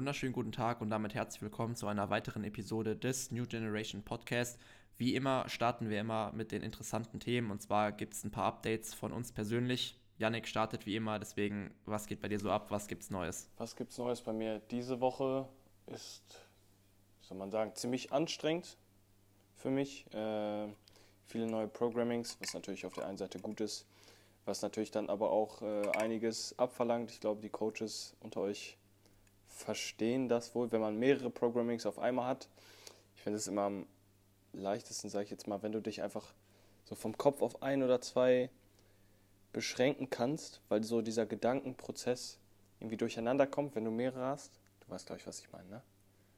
wunderschönen guten Tag und damit herzlich willkommen zu einer weiteren Episode des New Generation Podcast. Wie immer starten wir immer mit den interessanten Themen und zwar gibt es ein paar Updates von uns persönlich. Yannick startet wie immer, deswegen, was geht bei dir so ab, was gibt's Neues? Was gibt's Neues bei mir? Diese Woche ist, wie soll man sagen, ziemlich anstrengend für mich. Viele neue Programmings, was natürlich auf der einen Seite gut ist, was natürlich dann aber auch einiges abverlangt. Ich glaube, die Coaches unter euch verstehen das wohl, wenn man mehrere Programmings auf einmal hat. Ich finde es immer am leichtesten, sage ich jetzt mal, wenn du dich einfach so vom Kopf auf ein oder zwei beschränken kannst, weil so dieser Gedankenprozess irgendwie durcheinander kommt, wenn du mehrere hast. Du weißt, glaube ich, was ich meine, ne?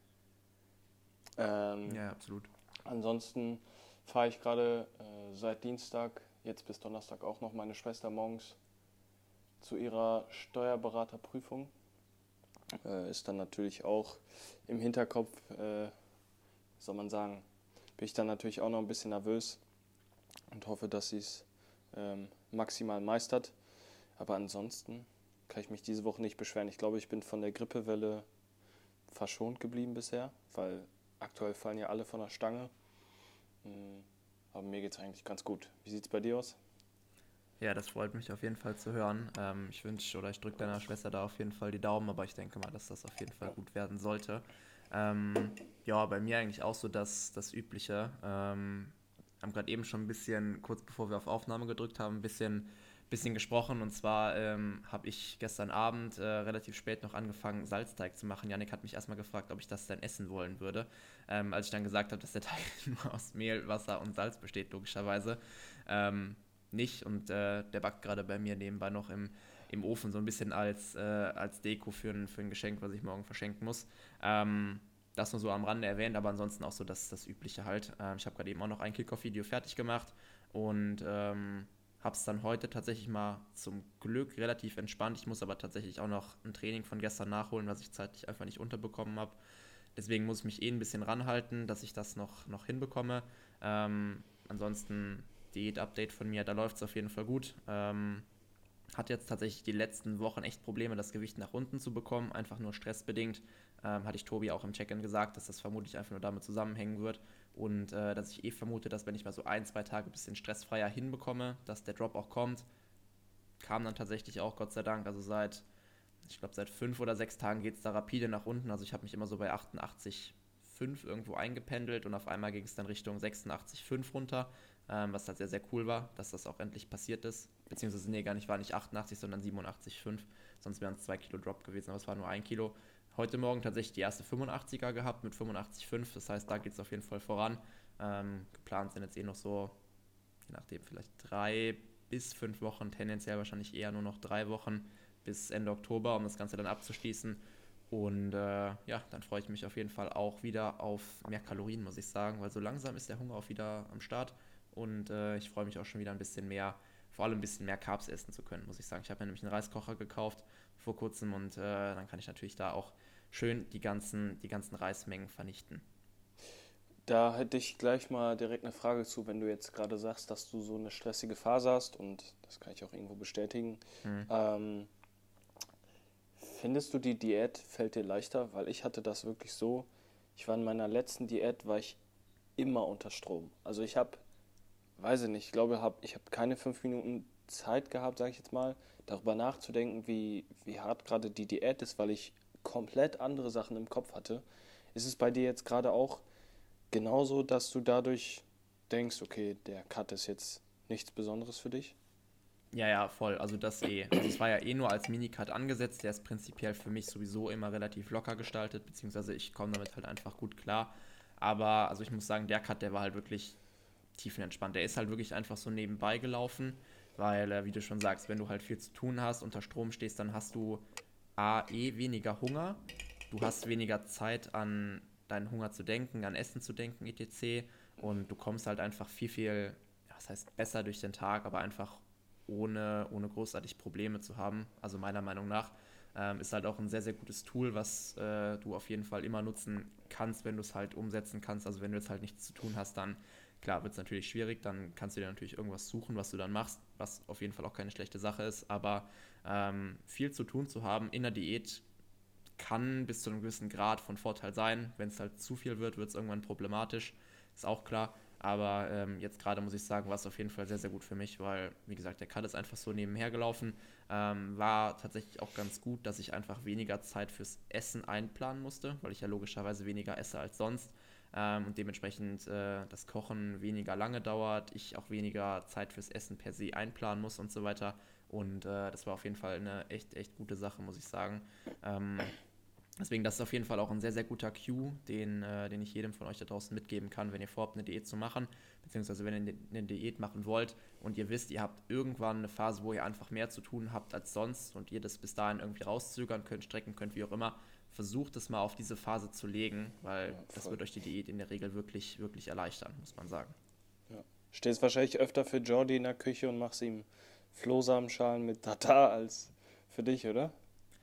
Ja, absolut. Ansonsten fahre ich gerade seit Dienstag, jetzt bis Donnerstag auch noch meine Schwester morgens zu ihrer Steuerberaterprüfung. Ist dann natürlich auch im Hinterkopf, soll man sagen, bin ich dann natürlich auch noch ein bisschen nervös und hoffe, dass sie es maximal meistert. Aber ansonsten kann ich mich diese Woche nicht beschweren. Ich glaube, ich bin von der Grippewelle verschont geblieben bisher, weil aktuell fallen ja alle von der Stange. Aber mir geht es eigentlich ganz gut. Wie sieht es bei dir aus? Ja, das freut mich auf jeden Fall zu hören. Ich drücke deiner Schwester da auf jeden Fall die Daumen, aber ich denke mal, dass das auf jeden Fall gut werden sollte. Ja, bei mir eigentlich auch so das Übliche. Haben gerade eben schon ein bisschen, kurz bevor wir auf Aufnahme gedrückt haben, ein bisschen gesprochen. Und zwar habe ich gestern Abend relativ spät noch angefangen, Salzteig zu machen. Yannick hat mich erstmal gefragt, ob ich das denn essen wollen würde. Als ich dann gesagt habe, dass der Teig nur aus Mehl, Wasser und Salz besteht, logischerweise. Nicht. Und der backt gerade bei mir nebenbei noch im Ofen so ein bisschen als Deko für ein Geschenk, was ich morgen verschenken muss. Das nur so am Rande erwähnt, aber ansonsten auch so das Übliche halt. Ich habe gerade eben auch noch ein Kickoff-Video fertig gemacht und habe es dann heute tatsächlich mal zum Glück relativ entspannt. Ich muss aber tatsächlich auch noch ein Training von gestern nachholen, was ich zeitlich einfach nicht unterbekommen habe. Deswegen muss ich mich ein bisschen ranhalten, dass ich das noch hinbekomme. Ansonsten Diät-Update von mir, da läuft es auf jeden Fall gut. Hat jetzt tatsächlich die letzten Wochen echt Probleme, das Gewicht nach unten zu bekommen, einfach nur stressbedingt. Hatte ich Tobi auch im Check-in gesagt, dass das vermutlich einfach nur damit zusammenhängen wird und dass ich vermute, dass wenn ich mal so 1, 2 Tage ein bisschen stressfreier hinbekomme, dass der Drop auch kommt. Kam dann tatsächlich auch, Gott sei Dank, also ich glaube seit 5 oder 6 Tagen geht es da rapide nach unten, also ich habe mich immer so bei 88,5 irgendwo eingependelt und auf einmal ging es dann Richtung 86,5 runter, was halt sehr, sehr cool war, dass das auch endlich passiert ist. Beziehungsweise, nee, gar nicht, war nicht 88, sondern 87,5. Sonst wären es 2 Kilo Drop gewesen, aber es war nur 1 Kilo. Heute Morgen tatsächlich die erste 85er gehabt mit 85,5. Das heißt, da geht es auf jeden Fall voran. Geplant sind jetzt noch so, je nachdem, vielleicht 3 bis 5 Wochen, tendenziell wahrscheinlich eher nur noch 3 Wochen bis Ende Oktober, um das Ganze dann abzuschließen. Und ja, dann freue ich mich auf jeden Fall auch wieder auf mehr Kalorien, muss ich sagen, weil so langsam ist der Hunger auch wieder am Start und ich freue mich auch schon wieder ein bisschen mehr, vor allem ein bisschen mehr Carbs essen zu können, muss ich sagen. Ich habe mir nämlich einen Reiskocher gekauft vor kurzem und dann kann ich natürlich da auch schön die ganzen Reismengen vernichten. Da hätte ich gleich mal direkt eine Frage zu, wenn du jetzt gerade sagst, dass du so eine stressige Phase hast und das kann ich auch irgendwo bestätigen. Hm. Findest du, die Diät fällt dir leichter? Weil ich hatte das wirklich so, ich war in meiner letzten Diät, war ich immer unter Strom. Also ich habe, weiß ich nicht, ich glaube, ich habe keine 5 Minuten Zeit gehabt, sage ich jetzt mal, darüber nachzudenken, wie hart gerade die Diät ist, weil ich komplett andere Sachen im Kopf hatte. Ist es bei dir jetzt gerade auch genauso, dass du dadurch denkst, okay, der Cut ist jetzt nichts Besonderes für dich? Ja, ja, voll. Also das eh. Also es war ja eh nur als Minicut angesetzt. Der ist prinzipiell für mich sowieso immer relativ locker gestaltet, beziehungsweise ich komme damit halt einfach gut klar. Aber also ich muss sagen, der Cut, der war halt wirklich tiefenentspannt. Der ist halt wirklich einfach so nebenbei gelaufen, weil, wie du schon sagst, wenn du halt viel zu tun hast, unter Strom stehst, dann hast du weniger Hunger. Du hast weniger Zeit an deinen Hunger zu denken, an Essen zu denken, etc. Und du kommst halt einfach viel, ja, was heißt besser durch den Tag, aber einfach ohne großartig Probleme zu haben. Also meiner Meinung nach ist halt auch ein sehr, sehr gutes Tool, was du auf jeden Fall immer nutzen kannst, wenn du es halt umsetzen kannst. Also wenn du jetzt halt nichts zu tun hast, dann klar wird es natürlich schwierig, dann kannst du dir natürlich irgendwas suchen, was du dann machst, was auf jeden Fall auch keine schlechte Sache ist, aber viel zu tun zu haben in der Diät kann bis zu einem gewissen Grad von Vorteil sein. Wenn es halt zu viel wird, wird es irgendwann problematisch, ist auch klar. Aber jetzt gerade muss ich sagen, war es auf jeden Fall sehr, sehr gut für mich, weil, wie gesagt, der Cut ist einfach so nebenher gelaufen. War tatsächlich auch ganz gut, dass ich einfach weniger Zeit fürs Essen einplanen musste, weil ich ja logischerweise weniger esse als sonst. Und dementsprechend das Kochen weniger lange dauert, ich auch weniger Zeit fürs Essen per se einplanen muss und so weiter. Und das war auf jeden Fall eine echt, echt gute Sache, muss ich sagen. Ähm, Deswegen, das ist auf jeden Fall auch ein sehr, sehr guter Cue, den ich jedem von euch da draußen mitgeben kann, wenn ihr vorhabt, eine Diät zu machen, beziehungsweise wenn ihr eine Diät machen wollt und ihr wisst, ihr habt irgendwann eine Phase, wo ihr einfach mehr zu tun habt als sonst und ihr das bis dahin irgendwie rauszögern könnt, strecken könnt, wie auch immer, versucht es mal auf diese Phase zu legen, weil Ja, das voll. wird euch die Diät in der Regel wirklich, wirklich erleichtern, muss man sagen. Ja. Stehst wahrscheinlich öfter für Jordi in der Küche und machst ihm Flohsamenschalen mit Tatar als für dich, oder?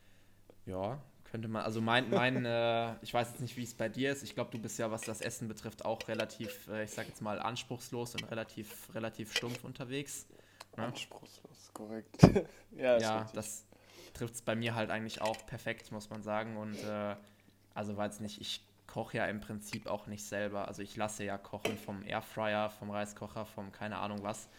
Ja, könnte man, also ich weiß jetzt nicht, wie es bei dir ist. Ich glaube, du bist ja, was das Essen betrifft, auch relativ, ich sag jetzt mal, anspruchslos und relativ stumpf unterwegs. Ne? Anspruchslos, korrekt. Ja, ist Ja, richtig. das trifft es bei mir halt eigentlich auch perfekt, muss man sagen. Und also weiß nicht, ich koche ja im Prinzip auch nicht selber. Also ich lasse ja kochen vom Airfryer, vom Reiskocher, vom keine Ahnung was.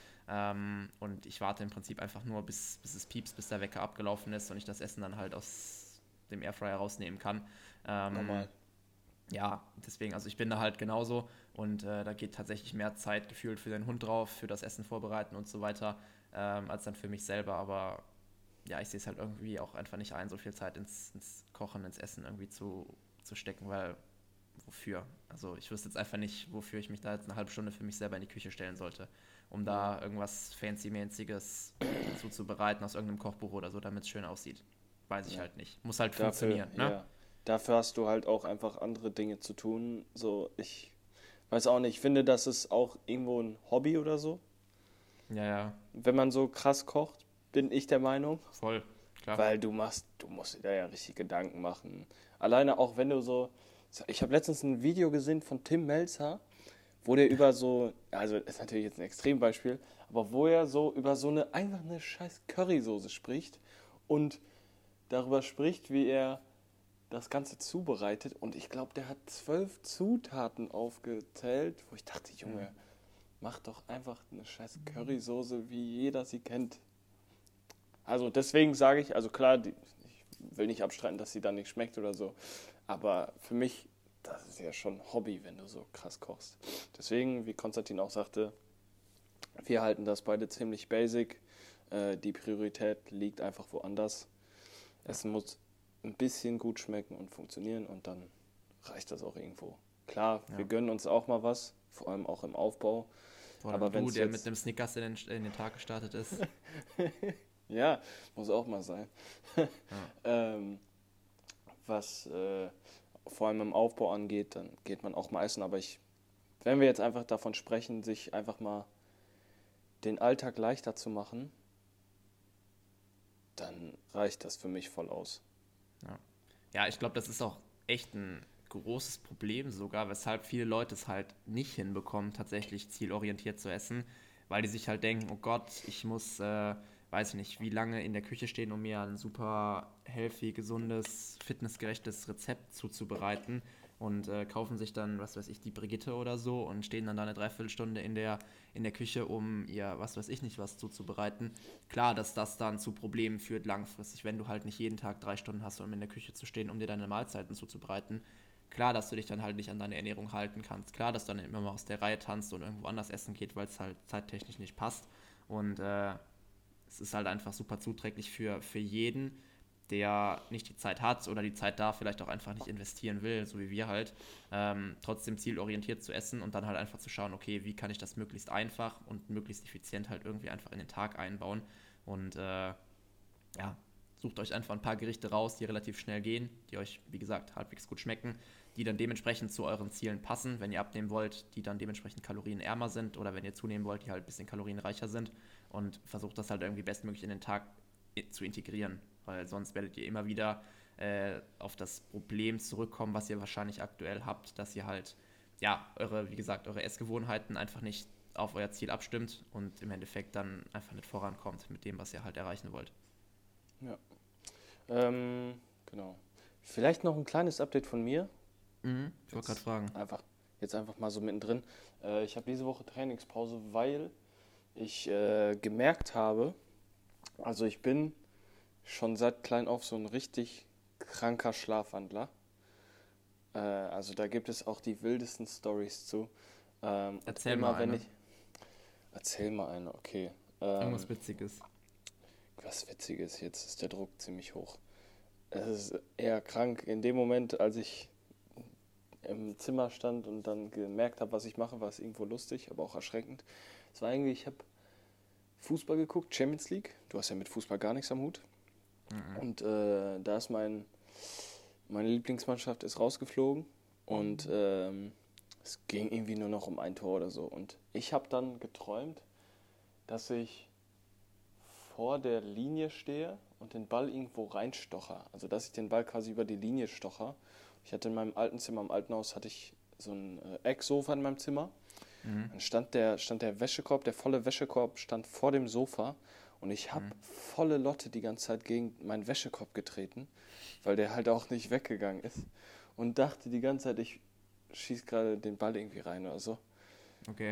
Und ich warte im Prinzip einfach nur, bis es piepst, bis der Wecker abgelaufen ist und ich das Essen dann halt aus dem Airfryer rausnehmen kann. Ähm, Normal. ja, deswegen, also ich bin da halt genauso und da geht tatsächlich mehr Zeit gefühlt für den Hund drauf, für das Essen vorbereiten und so weiter, als dann für mich selber. Aber ja, ich sehe es halt irgendwie auch einfach nicht ein, so viel Zeit ins Kochen, ins Essen irgendwie zu stecken, weil wofür? Also ich wüsste jetzt einfach nicht, wofür ich mich da jetzt eine halbe Stunde für mich selber in die Küche stellen sollte, um Ja. da irgendwas Fancy-mäßiges zuzubereiten aus irgendeinem Kochbuch oder so, damit es schön aussieht. Weiß ich Ja. halt nicht. Muss halt Dafür, funktionieren, ne? ja. Dafür hast du halt auch einfach andere Dinge zu tun. So, ich weiß auch nicht, ich finde, das ist auch irgendwo ein Hobby oder so. Ja, ja, Wenn man so krass kocht, bin ich der Meinung. voll, klar. Weil du musst dir da ja richtig Gedanken machen. Alleine auch wenn du so, ich habe letztens ein Video gesehen von Tim Melzer, wo der über so, also das ist natürlich jetzt ein Extrembeispiel, aber wo er so über so eine, einfach eine scheiß Currysoße spricht und darüber spricht, wie er das Ganze zubereitet. Und ich glaube, der hat 12 Zutaten aufgezählt, wo ich dachte, Mhm. Junge, mach doch einfach eine scheiß Currysoße, wie jeder sie kennt. Also deswegen sage ich, also klar, ich will nicht abstreiten, dass sie dann nicht schmeckt oder so, aber für mich, das ist ja schon Hobby, wenn du so krass kochst. Deswegen, wie Konstantin auch sagte, wir halten das beide ziemlich basic. Die Priorität liegt einfach woanders. Ja, Es muss ein bisschen gut schmecken und funktionieren und dann reicht das auch irgendwo. Klar, wir ja. gönnen uns auch mal was, vor allem auch im Aufbau. Vor allem Aber wenn du, es der mit jetzt, einem Snickers in den Tag gestartet ist. ja, muss auch mal sein. Ja, Ähm, was vor allem im Aufbau angeht, dann geht man auch mal essen. Aber wenn wir jetzt einfach davon sprechen, sich einfach mal den Alltag leichter zu machen, dann reicht das für mich voll aus. ja. Ja, ich glaube, das ist auch echt ein großes Problem sogar, weshalb viele Leute es halt nicht hinbekommen, tatsächlich zielorientiert zu essen, weil die sich halt denken, oh Gott, ich muss, weiß ich nicht, wie lange in der Küche stehen, um mir ein super healthy, gesundes, fitnessgerechtes Rezept zuzubereiten und kaufen sich dann, was weiß ich, die Brigitte oder so und stehen dann da eine Dreiviertelstunde in der Küche, um ihr, was weiß ich nicht, was zuzubereiten. Klar, dass das dann zu Problemen führt langfristig, wenn du halt nicht jeden Tag 3 Stunden hast, um in der Küche zu stehen, um dir deine Mahlzeiten zuzubereiten. Klar, dass du dich dann halt nicht an deine Ernährung halten kannst. Klar, dass du dann immer mal aus der Reihe tanzt und irgendwo anders essen geht, weil es halt zeittechnisch nicht passt. Und es ist halt einfach super zuträglich für jeden, der nicht die Zeit hat oder die Zeit da vielleicht auch einfach nicht investieren will, so wie wir halt, trotzdem zielorientiert zu essen und dann halt einfach zu schauen, okay, wie kann ich das möglichst einfach und möglichst effizient halt irgendwie einfach in den Tag einbauen. Und ja, sucht euch einfach ein paar Gerichte raus, die relativ schnell gehen, die euch, wie gesagt, halbwegs gut schmecken, die dann dementsprechend zu euren Zielen passen, wenn ihr abnehmen wollt, die dann dementsprechend kalorienärmer sind oder wenn ihr zunehmen wollt, die halt ein bisschen kalorienreicher sind und versucht das halt irgendwie bestmöglich in den Tag zu integrieren, weil sonst werdet ihr immer wieder auf das Problem zurückkommen, was ihr wahrscheinlich aktuell habt, dass ihr halt, ja, wie gesagt, eure Essgewohnheiten einfach nicht auf euer Ziel abstimmt und im Endeffekt dann einfach nicht vorankommt mit dem, was ihr halt erreichen wollt. Ja. Ähm, genau. Vielleicht noch ein kleines Update von mir. Ich wollte gerade fragen. Einfach mal so mittendrin. Ich habe diese Woche Trainingspause, weil ich gemerkt habe, also ich bin schon seit klein auf so ein richtig kranker Schlafwandler. Also da gibt es auch die wildesten Stories zu. Erzähl mal eine. Erzähl mal eine, okay. Irgendwas Witziges. Was Witziges, jetzt ist der Druck ziemlich hoch. Es ist eher krank. In dem Moment, als ich im Zimmer stand und dann gemerkt habe, was ich mache, war es irgendwo lustig, aber auch erschreckend. Es war eigentlich, ich habe Fußball geguckt, Champions League. Du hast ja mit Fußball gar nichts am Hut. Und da ist meine Lieblingsmannschaft ist rausgeflogen und es ging irgendwie nur noch um ein Tor oder so. Und ich habe dann geträumt, dass ich vor der Linie stehe und den Ball irgendwo reinstocher. Also dass ich den Ball quasi über die Linie stocher. Ich hatte in meinem alten Zimmer, im alten Haus, hatte ich so ein Ecksofa in meinem Zimmer. Dann stand der Wäschekorb, der volle Wäschekorb stand vor dem Sofa und ich habe volle Lotte die ganze Zeit gegen meinen Wäschekorb getreten, weil der halt auch nicht weggegangen ist und dachte die ganze Zeit, ich schieße gerade den Ball irgendwie rein oder so. Okay.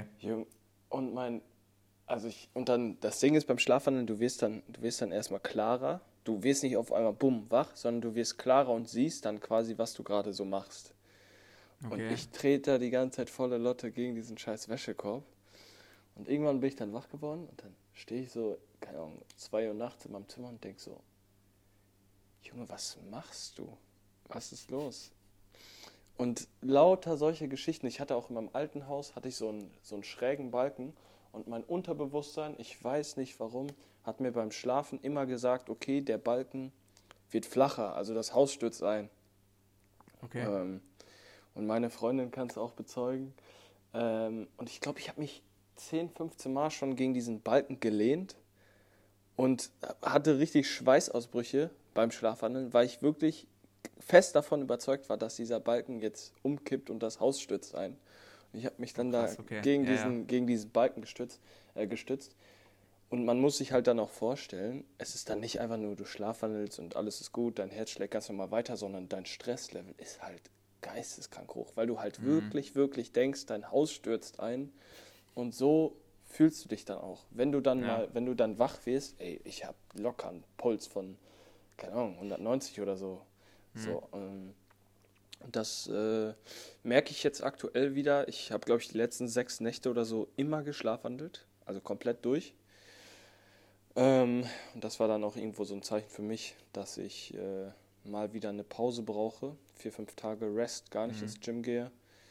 Und dann, das Ding ist beim Schlafwandeln, du wirst dann erstmal klarer. Du wirst nicht auf einmal bumm wach, sondern du wirst klarer und siehst dann quasi, was du gerade so machst. Okay. Und ich trete da die ganze Zeit volle Lotte gegen diesen scheiß Wäschekorb. Und irgendwann bin ich dann wach geworden und dann stehe ich so, keine Ahnung, 2 Uhr nachts in meinem Zimmer und denke so, Junge, was machst du? Was ist los? Und lauter solche Geschichten. Ich hatte auch in meinem alten Haus, hatte ich so einen schrägen Balken und mein Unterbewusstsein, ich weiß nicht warum, hat mir beim Schlafen immer gesagt, okay, der Balken wird flacher, also das Haus stürzt ein. Okay. Und meine Freundin kann es auch bezeugen. Und ich glaube, ich habe mich 10, 15 Mal schon gegen diesen Balken gelehnt und hatte richtig Schweißausbrüche beim Schlafwandeln, weil ich wirklich fest davon überzeugt war, dass dieser Balken jetzt umkippt und das Haus stürzt ein. Und ich habe mich dann gegen diesen Balken gestützt. Und man muss sich halt dann auch vorstellen, es ist dann nicht einfach nur, du schlafwandelst und alles ist gut, dein Herz schlägt ganz normal weiter, sondern dein Stresslevel ist halt geisteskrank hoch, weil du halt wirklich, wirklich denkst, dein Haus stürzt ein und so fühlst du dich dann auch. Wenn du dann wach wirst, ey, ich habe locker einen Puls von, keine Ahnung, 190 oder so. Und das merke ich jetzt aktuell wieder. Ich habe, glaube ich, die letzten 6 Nächte oder so immer geschlafwandelt, also komplett durch. Und das war dann auch irgendwo so ein Zeichen für mich, dass ich mal wieder eine Pause brauche. 4, 5 Tage Rest, gar nicht ins Gym gehe.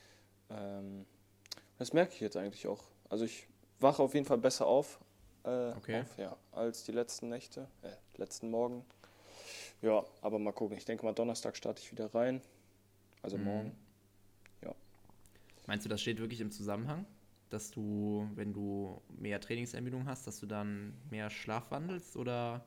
Das merke ich jetzt eigentlich auch. Also ich wache auf jeden Fall besser auf, als die letzten Nächte, letzten Morgen. Ja, aber mal gucken. Ich denke mal, Donnerstag starte ich wieder rein. Also morgen. Ja. Meinst du, das steht wirklich im Zusammenhang? Dass du, wenn du mehr Trainingsermüdung hast, dass du dann mehr Schlaf wandelst, oder?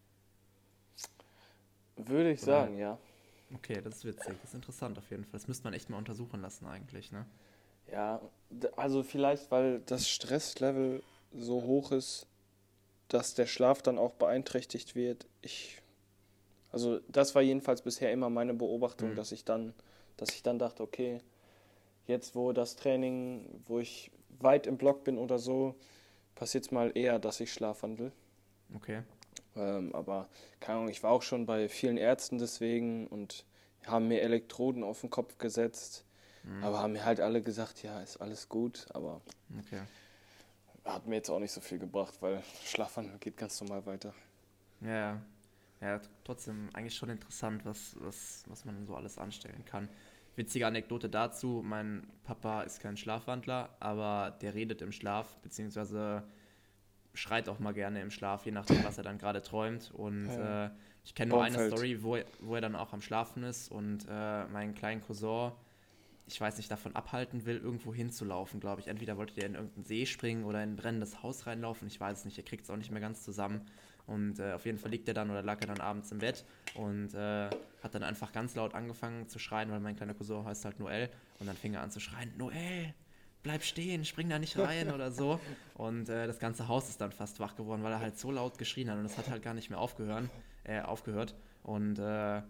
Würde ich sagen, ja. Okay, das ist witzig. Das ist interessant auf jeden Fall. Das müsste man echt mal untersuchen lassen eigentlich, ne? Ja, also vielleicht, weil das Stresslevel so hoch ist, dass der Schlaf dann auch beeinträchtigt wird. Also das war jedenfalls bisher immer meine Beobachtung, dass ich dann dachte, okay, jetzt wo das Training, wo ich weit im Block bin oder so, passiert es mal eher, dass ich schlafwandel. Okay. Aber keine Ahnung, ich war auch schon bei vielen Ärzten deswegen und haben mir Elektroden auf den Kopf gesetzt, aber haben mir halt alle gesagt, ja, ist alles gut, aber hat mir jetzt auch nicht so viel gebracht, weil Schlafwandel geht ganz normal weiter. Ja, trotzdem eigentlich schon interessant, was man so alles anstellen kann. Witzige Anekdote dazu, mein Papa ist kein Schlafwandler, aber der redet im Schlaf, beziehungsweise schreit auch mal gerne im Schlaf, je nachdem, was er dann gerade träumt. Und ich kenne nur eine Story, wo er dann auch am Schlafen ist und meinen kleinen Cousin, ich weiß nicht, davon abhalten will, irgendwo hinzulaufen, glaube ich. Entweder wollte der in irgendeinen See springen oder in ein brennendes Haus reinlaufen, ich weiß es nicht, er kriegt es auch nicht mehr ganz zusammen. Und auf jeden Fall lag er dann abends im Bett und hat dann einfach ganz laut angefangen zu schreien, weil mein kleiner Cousin heißt halt Noel. Und dann fing er an zu schreien, Noel, bleib stehen, spring da nicht rein oder so. Und das ganze Haus ist dann fast wach geworden, weil er halt so laut geschrien hat und es hat halt gar nicht mehr aufgehört. Und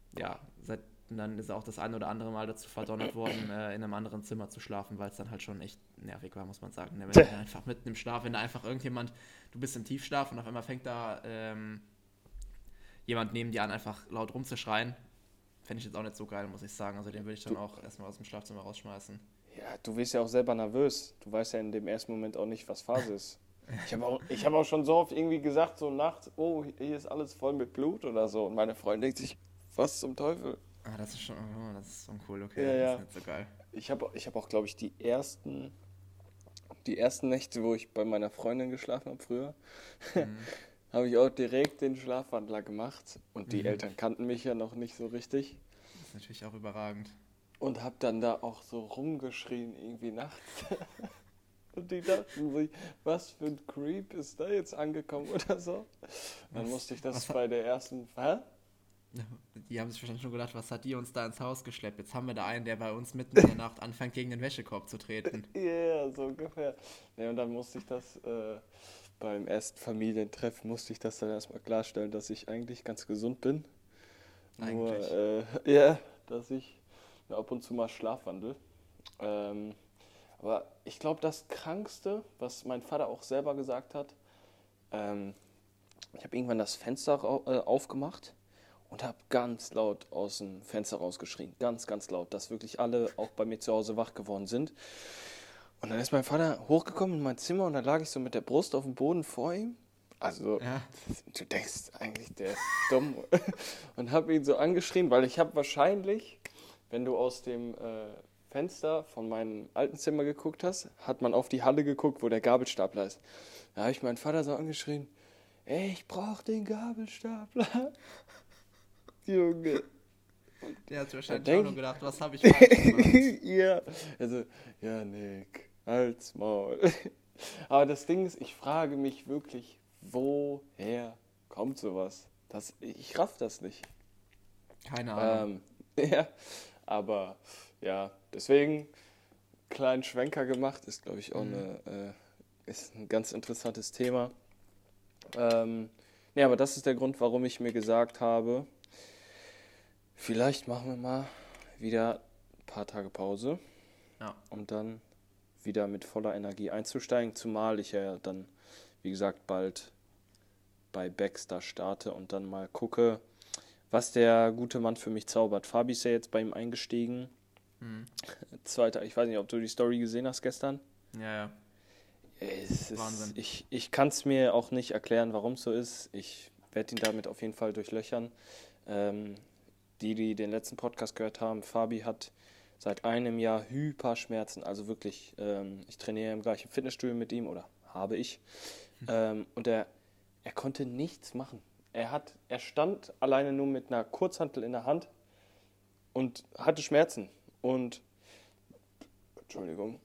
ja, und dann ist er auch das ein oder andere Mal dazu verdonnert worden, in einem anderen Zimmer zu schlafen, weil es dann halt schon echt nervig war, muss man sagen. Ne? Wenn du einfach mitten im Schlaf, wenn da einfach irgendjemand, du bist im Tiefschlaf und auf einmal fängt da jemand neben dir an, einfach laut rumzuschreien, fände ich jetzt auch nicht so geil, muss ich sagen. Also den würde ich dann auch erstmal aus dem Schlafzimmer rausschmeißen. Ja, du wirst ja auch selber nervös. Du weißt ja in dem ersten Moment auch nicht, was Phase ist. Ich hab auch schon so oft irgendwie gesagt, so nachts, oh, hier ist alles voll mit Blut oder so. Und meine Freundin denkt sich, was zum Teufel? Ah, das ist schon, oh, das ist uncool, Ja, okay, das ist ja. nicht so geil. Ich hab auch, glaube ich, die ersten Nächte, wo ich bei meiner Freundin geschlafen habe früher, Mhm. habe ich auch direkt den Schlafwandler gemacht. Und die Mhm. Eltern kannten mich ja noch nicht so richtig. Das ist natürlich auch überragend. Und habe dann da auch so rumgeschrien, irgendwie nachts. Und die dachten sich, was für ein Creep ist da jetzt angekommen oder so. Dann musste ich das bei der ersten... Hä? Die haben sich wahrscheinlich schon gedacht, was hat die uns da ins Haus geschleppt? Jetzt haben wir da einen, der bei uns mitten in der Nacht anfängt, gegen den Wäschekorb zu treten. Ja, yeah, so ungefähr. Ne, und dann musste ich das beim ersten Familientreff, musste ich das dann erstmal klarstellen, dass ich eigentlich ganz gesund bin. Nur, Eigentlich. ja, dass ich ab und zu mal schlafwandel. Aber ich glaube, das Krankste, was mein Vater auch selber gesagt hat, ähm, ich habe irgendwann das Fenster aufgemacht und habe ganz laut aus dem Fenster rausgeschrien. Ganz, ganz laut, dass wirklich alle auch bei mir zu Hause wach geworden sind. Und dann ist mein Vater hochgekommen in mein Zimmer und dann lag ich so mit der Brust auf dem Boden vor ihm. Also, Ja. du denkst eigentlich, der ist dumm. Und habe ihn so angeschrien, weil ich habe wahrscheinlich, wenn du aus dem Fenster von meinem alten Zimmer geguckt hast, hat man auf die Halle geguckt, wo der Gabelstapler ist. Da habe ich meinen Vater so angeschrien, ey, ich brauch den Gabelstapler. Junge. Der hat Da wahrscheinlich auch denk nur ich, gedacht, was habe ich falsch gemacht? ja, also, ja, Nick, halt's Maul. Aber das Ding ist, ich frage mich wirklich, woher kommt sowas? Ich raff das nicht. Keine Ahnung. Ja, aber ja, deswegen kleinen Schwenker gemacht, ist glaube ich auch ist ein ganz interessantes Thema. Ja, aber das ist der Grund, warum ich mir gesagt habe, vielleicht machen wir mal wieder ein paar Tage Pause, Ja. um dann wieder mit voller Energie einzusteigen, zumal ich ja dann, wie gesagt, bald bei Baxter starte und dann mal gucke, was der gute Mann für mich zaubert. Fabi ist ja jetzt bei ihm eingestiegen. Mhm. Zweiter, ich weiß nicht, ob du die Story gesehen hast gestern. Ja, ja. Wahnsinn. Ich kann es mir auch nicht erklären, warum es so ist. Ich werde ihn damit auf jeden Fall durchlöchern. Die den letzten Podcast gehört haben, Fabi hat seit einem Jahr Hyperschmerzen. Also wirklich, ich trainiere im gleichen Fitnessstudio mit ihm oder habe ich. Und er konnte nichts machen. Er stand alleine nur mit einer Kurzhantel in der Hand und hatte Schmerzen. Und, Entschuldigung,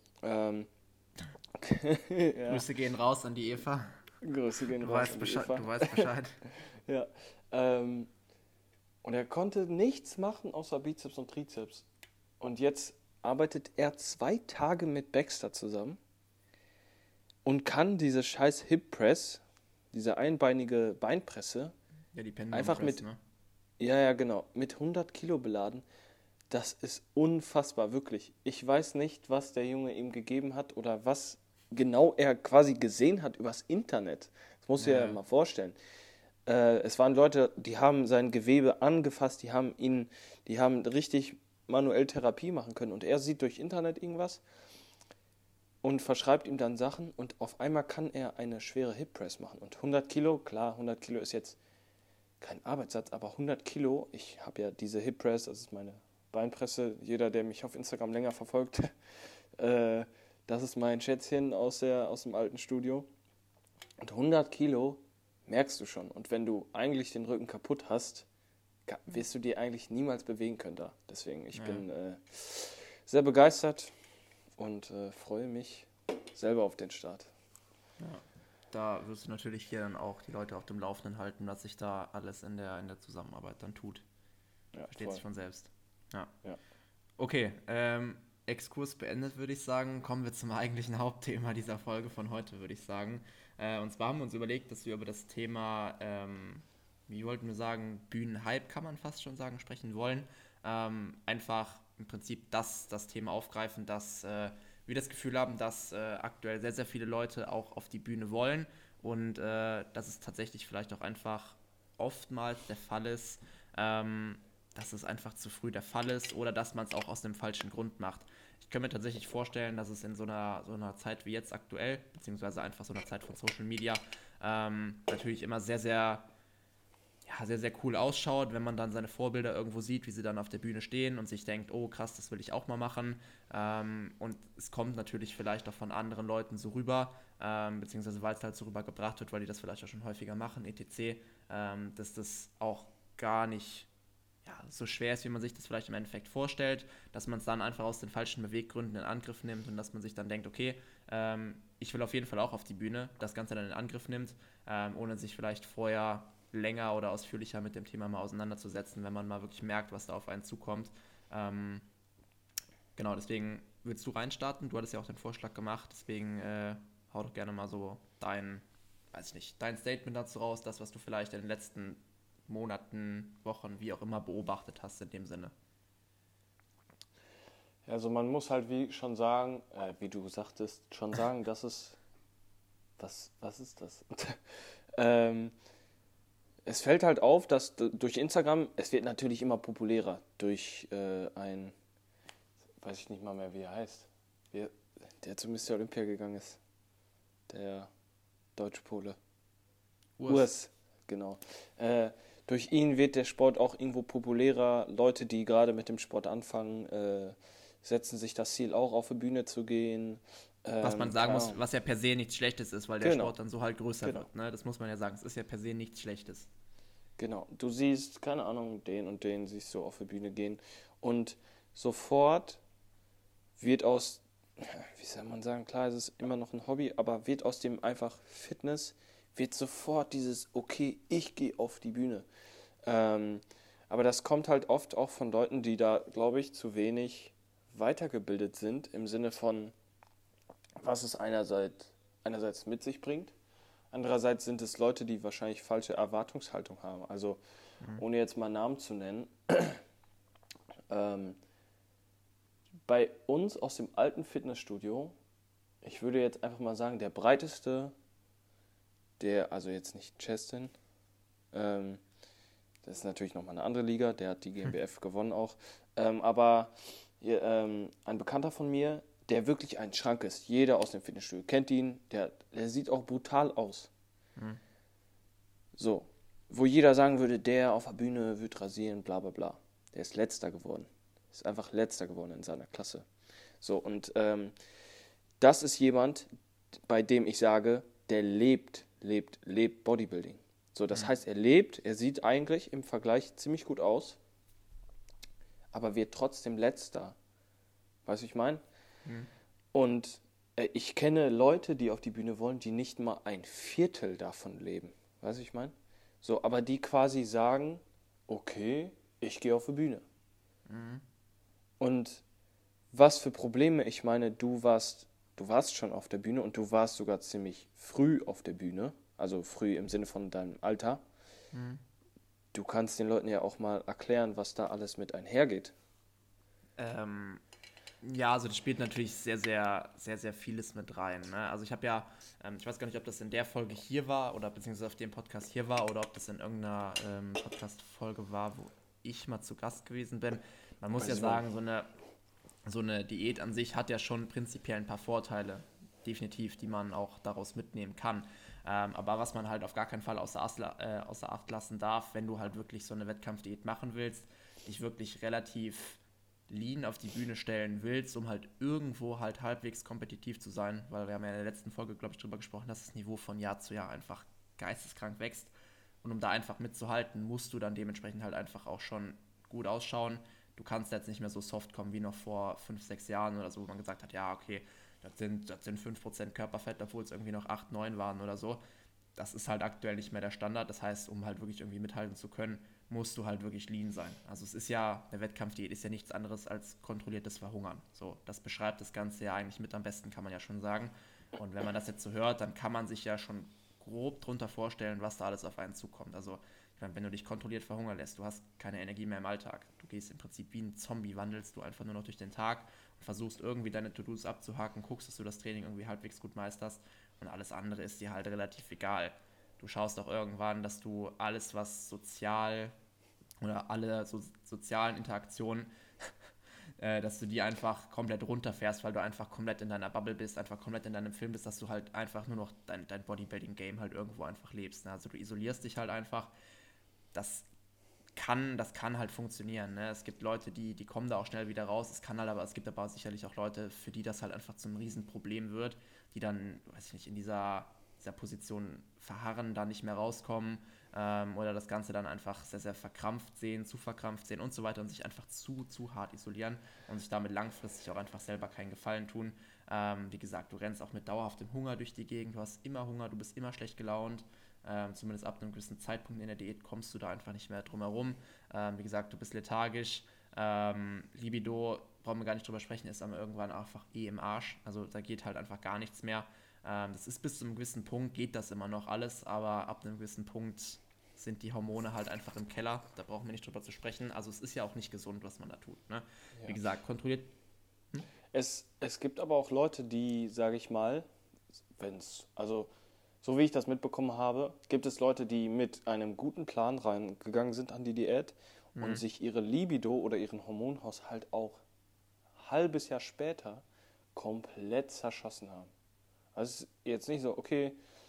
ja, Grüße gehen raus an die Eva. Grüße gehen Du raus weißt an die Bescheid. Eva. Du weißt Bescheid. Ja, und er konnte nichts machen außer Bizeps und Trizeps. Und jetzt arbeitet er 2 Tage mit Baxter zusammen und kann diese scheiß Hip Press, diese einbeinige Beinpresse, Ja, die einfach Pendulum Press, mit, ne? ja genau, mit 100 Kilo beladen. Das ist unfassbar, wirklich. Ich weiß nicht, was der Junge ihm gegeben hat oder was genau er quasi gesehen hat übers Internet. Das musst du dir ja mal vorstellen. Es waren Leute, die haben sein Gewebe angefasst, die haben richtig manuell Therapie machen können. Und er sieht durch Internet irgendwas und verschreibt ihm dann Sachen und auf einmal kann er eine schwere Hip Press machen. Und 100 Kilo, klar, 100 Kilo ist jetzt kein Arbeitssatz, aber 100 Kilo, ich habe ja diese Hip Press, das ist meine Beinpresse, jeder, der mich auf Instagram länger verfolgt, das ist mein Schätzchen aus dem alten Studio. Und 100 Kilo merkst du schon. Und wenn du eigentlich den Rücken kaputt hast, wirst du dir eigentlich niemals bewegen können da. Deswegen, ich bin sehr begeistert und freue mich selber auf den Start. Ja. Da wirst du natürlich hier dann auch die Leute auf dem Laufenden halten, was sich da alles in der Zusammenarbeit dann tut. Ja, Versteht voll. sich von selbst. Ja. Ja. Okay, Exkurs beendet, würde ich sagen. Kommen wir zum eigentlichen Hauptthema dieser Folge von heute, würde ich sagen. Und zwar haben wir uns überlegt, dass wir über das Thema wie wollten wir sagen, Bühnenhype kann man fast schon sagen, sprechen wollen. Einfach im Prinzip das Thema aufgreifen, dass wir das Gefühl haben, dass aktuell sehr, sehr viele Leute auch auf die Bühne wollen und dass es tatsächlich vielleicht auch einfach oftmals der Fall ist, dass es einfach zu früh der Fall ist oder dass man es auch aus einem falschen Grund macht. Ich kann mir tatsächlich vorstellen, dass es in so einer Zeit wie jetzt aktuell, beziehungsweise einfach so einer Zeit von Social Media, natürlich immer sehr, sehr, ja, sehr, sehr cool ausschaut, wenn man dann seine Vorbilder irgendwo sieht, wie sie dann auf der Bühne stehen und sich denkt, oh krass, das will ich auch mal machen. Und es kommt natürlich vielleicht auch von anderen Leuten so rüber, beziehungsweise weil es halt so rübergebracht wird, weil die das vielleicht auch schon häufiger machen, etc., dass das auch gar nicht ja, so schwer ist, wie man sich das vielleicht im Endeffekt vorstellt, dass man es dann einfach aus den falschen Beweggründen in Angriff nimmt und dass man sich dann denkt, okay, ich will auf jeden Fall auch auf die Bühne, das Ganze dann in Angriff nimmt, ohne sich vielleicht vorher länger oder ausführlicher mit dem Thema mal auseinanderzusetzen, wenn man mal wirklich merkt, was da auf einen zukommt. Ähm, genau, deswegen willst du reinstarten? Du hattest ja auch den Vorschlag gemacht, deswegen hau doch gerne mal so weiß ich nicht, dein Statement dazu raus, das, was du vielleicht in den letzten Monaten, Wochen, wie auch immer beobachtet hast in dem Sinne. Also man muss halt wie schon sagen, wie du sagtest, schon sagen, dass es, was ist das? ähm, Es fällt halt auf, dass durch Instagram, es wird natürlich immer populärer durch weiß ich nicht mal mehr, wie er heißt, der zu Mr. Olympia gegangen ist, der deutsche Pole. Urs, genau. Durch ihn wird der Sport auch irgendwo populärer. Leute, die gerade mit dem Sport anfangen, setzen sich das Ziel auch auf die Bühne zu gehen. Was man sagen muss, was ja per se nichts Schlechtes ist, weil der Genau, Sport dann so halt größer genau, wird. Ne? Das muss man ja sagen. Es ist ja per se nichts Schlechtes. genau. Du siehst, keine Ahnung, den und den siehst du auf die Bühne gehen und sofort wird aus, wie soll man sagen, klar, es ist immer noch ein Hobby, aber wird aus dem einfach Fitness, wird sofort dieses, okay, ich gehe auf die Bühne. Ähm, aber das kommt halt oft auch von Leuten, die da, glaube ich, zu wenig weitergebildet sind, im Sinne von, was es einerseits mit sich bringt. Andererseits sind es Leute, die wahrscheinlich falsche Erwartungshaltung haben. Also, Mhm. ohne jetzt mal Namen zu nennen, ähm, bei uns aus dem alten Fitnessstudio, ich würde jetzt einfach mal sagen, der breiteste, also jetzt nicht Chestin, ähm, das ist natürlich nochmal eine andere Liga, der hat die GmbF gewonnen auch, aber ein Bekannter von mir, der wirklich ein Schrank ist, jeder aus dem Fitnessstudio kennt ihn, der sieht auch brutal aus. Mhm. So, wo jeder sagen würde, der auf der Bühne wird rasieren, bla bla bla. Der ist letzter geworden. Ist einfach letzter geworden in seiner Klasse. So, und das ist jemand, bei dem ich sage, der lebt Bodybuilding. So, das Mhm. heißt, er sieht eigentlich im Vergleich ziemlich gut aus, aber wird trotzdem letzter. Weißt du, ich meine? Mhm. Und ich kenne Leute, die auf die Bühne wollen, die nicht mal ein Viertel davon leben. Weißt du, ich meine? So, aber die quasi sagen, okay, ich gehe auf die Bühne. Mhm. Und was für Probleme, ich meine, du warst schon auf der Bühne und du warst sogar ziemlich früh auf der Bühne, also früh im Sinne von deinem Alter. Mhm. Du kannst den Leuten ja auch mal erklären, was da alles mit einhergeht. Ähm, ja, also das spielt natürlich sehr, sehr, sehr, sehr vieles mit rein. Ne? Also ich habe ja, ich weiß gar nicht, ob das in der Folge hier war oder beziehungsweise auf dem Podcast hier war oder ob das in irgendeiner Podcast-Folge war, wo ich mal zu Gast gewesen bin. Man muss Weiß ja ich mal. sagen, so eine Diät an sich hat ja schon prinzipiell ein paar Vorteile, definitiv, die man auch daraus mitnehmen kann. Aber was man halt auf gar keinen Fall außer Acht lassen darf, wenn du halt wirklich so eine Wettkampfdiät machen willst, dich wirklich relativ lean auf die Bühne stellen willst, um halt irgendwo halt halbwegs kompetitiv zu sein, weil wir haben ja in der letzten Folge, glaube ich, drüber gesprochen, dass das Niveau von Jahr zu Jahr einfach geisteskrank wächst. Und um da einfach mitzuhalten, musst du dann dementsprechend halt einfach auch schon gut ausschauen. Du kannst jetzt nicht mehr so soft kommen wie noch vor 5, 6 Jahren oder so, wo man gesagt hat, ja, okay, das sind 5% Körperfett, obwohl es irgendwie noch 8, 9 waren oder so. Das ist halt aktuell nicht mehr der Standard. Das heißt, um halt wirklich irgendwie mithalten zu können, musst du halt wirklich lean sein. Also es ist ja, eine Wettkampfdiät ist ja nichts anderes als kontrolliertes Verhungern. So, das beschreibt das Ganze ja eigentlich mit am besten, kann man ja schon sagen. Und wenn man das jetzt so hört, dann kann man sich ja schon grob drunter vorstellen, was da alles auf einen zukommt. Also Ich meine, wenn du dich kontrolliert verhungern lässt, du hast keine Energie mehr im Alltag. Du gehst im Prinzip wie ein Zombie, wandelst du einfach nur noch durch den Tag und versuchst irgendwie deine To-Dos abzuhaken, guckst, dass du das Training irgendwie halbwegs gut meisterst und alles andere ist dir halt relativ egal. Du schaust auch irgendwann, dass du alles, was sozial oder alle sozialen Interaktionen, dass du die einfach komplett runterfährst, weil du einfach komplett in deiner Bubble bist, einfach komplett in deinem Film bist, dass du halt einfach nur noch dein Bodybuilding-Game halt irgendwo einfach lebst. Ne? Also du isolierst dich halt einfach. Das das kann halt funktionieren. Ne? Es gibt Leute, die kommen da auch schnell wieder raus. Es gibt aber sicherlich auch Leute, für die das halt einfach zum Riesenproblem wird, die dann, weiß ich nicht, in dieser Position verharren, da nicht mehr rauskommen oder das Ganze dann einfach sehr, sehr verkrampft sehen, zu verkrampft sehen und so weiter und sich einfach zu hart isolieren und sich damit langfristig auch einfach selber keinen Gefallen tun. Wie gesagt, du rennst auch mit dauerhaftem Hunger durch die Gegend, du hast immer Hunger, du bist immer schlecht gelaunt. Zumindest ab einem gewissen Zeitpunkt in der Diät kommst du da einfach nicht mehr drum herum. Wie gesagt, du bist lethargisch. Libido, brauchen wir gar nicht drüber sprechen, ist aber irgendwann einfach im Arsch. Also da geht halt einfach gar nichts mehr. Das ist bis zu einem gewissen Punkt, geht das immer noch alles, aber ab einem gewissen Punkt sind die Hormone halt einfach im Keller. Da brauchen wir nicht drüber zu sprechen. Also es ist ja auch nicht gesund, was man da tut. Ne? Ja. Wie gesagt, kontrolliert. Es gibt aber auch Leute, die, sage ich mal, also so wie ich das mitbekommen habe, gibt es Leute, die mit einem guten Plan reingegangen sind an die Diät und sich ihre Libido oder ihren Hormonhaushalt auch ein halbes Jahr später komplett zerschossen haben. Also es ist jetzt nicht so, okay,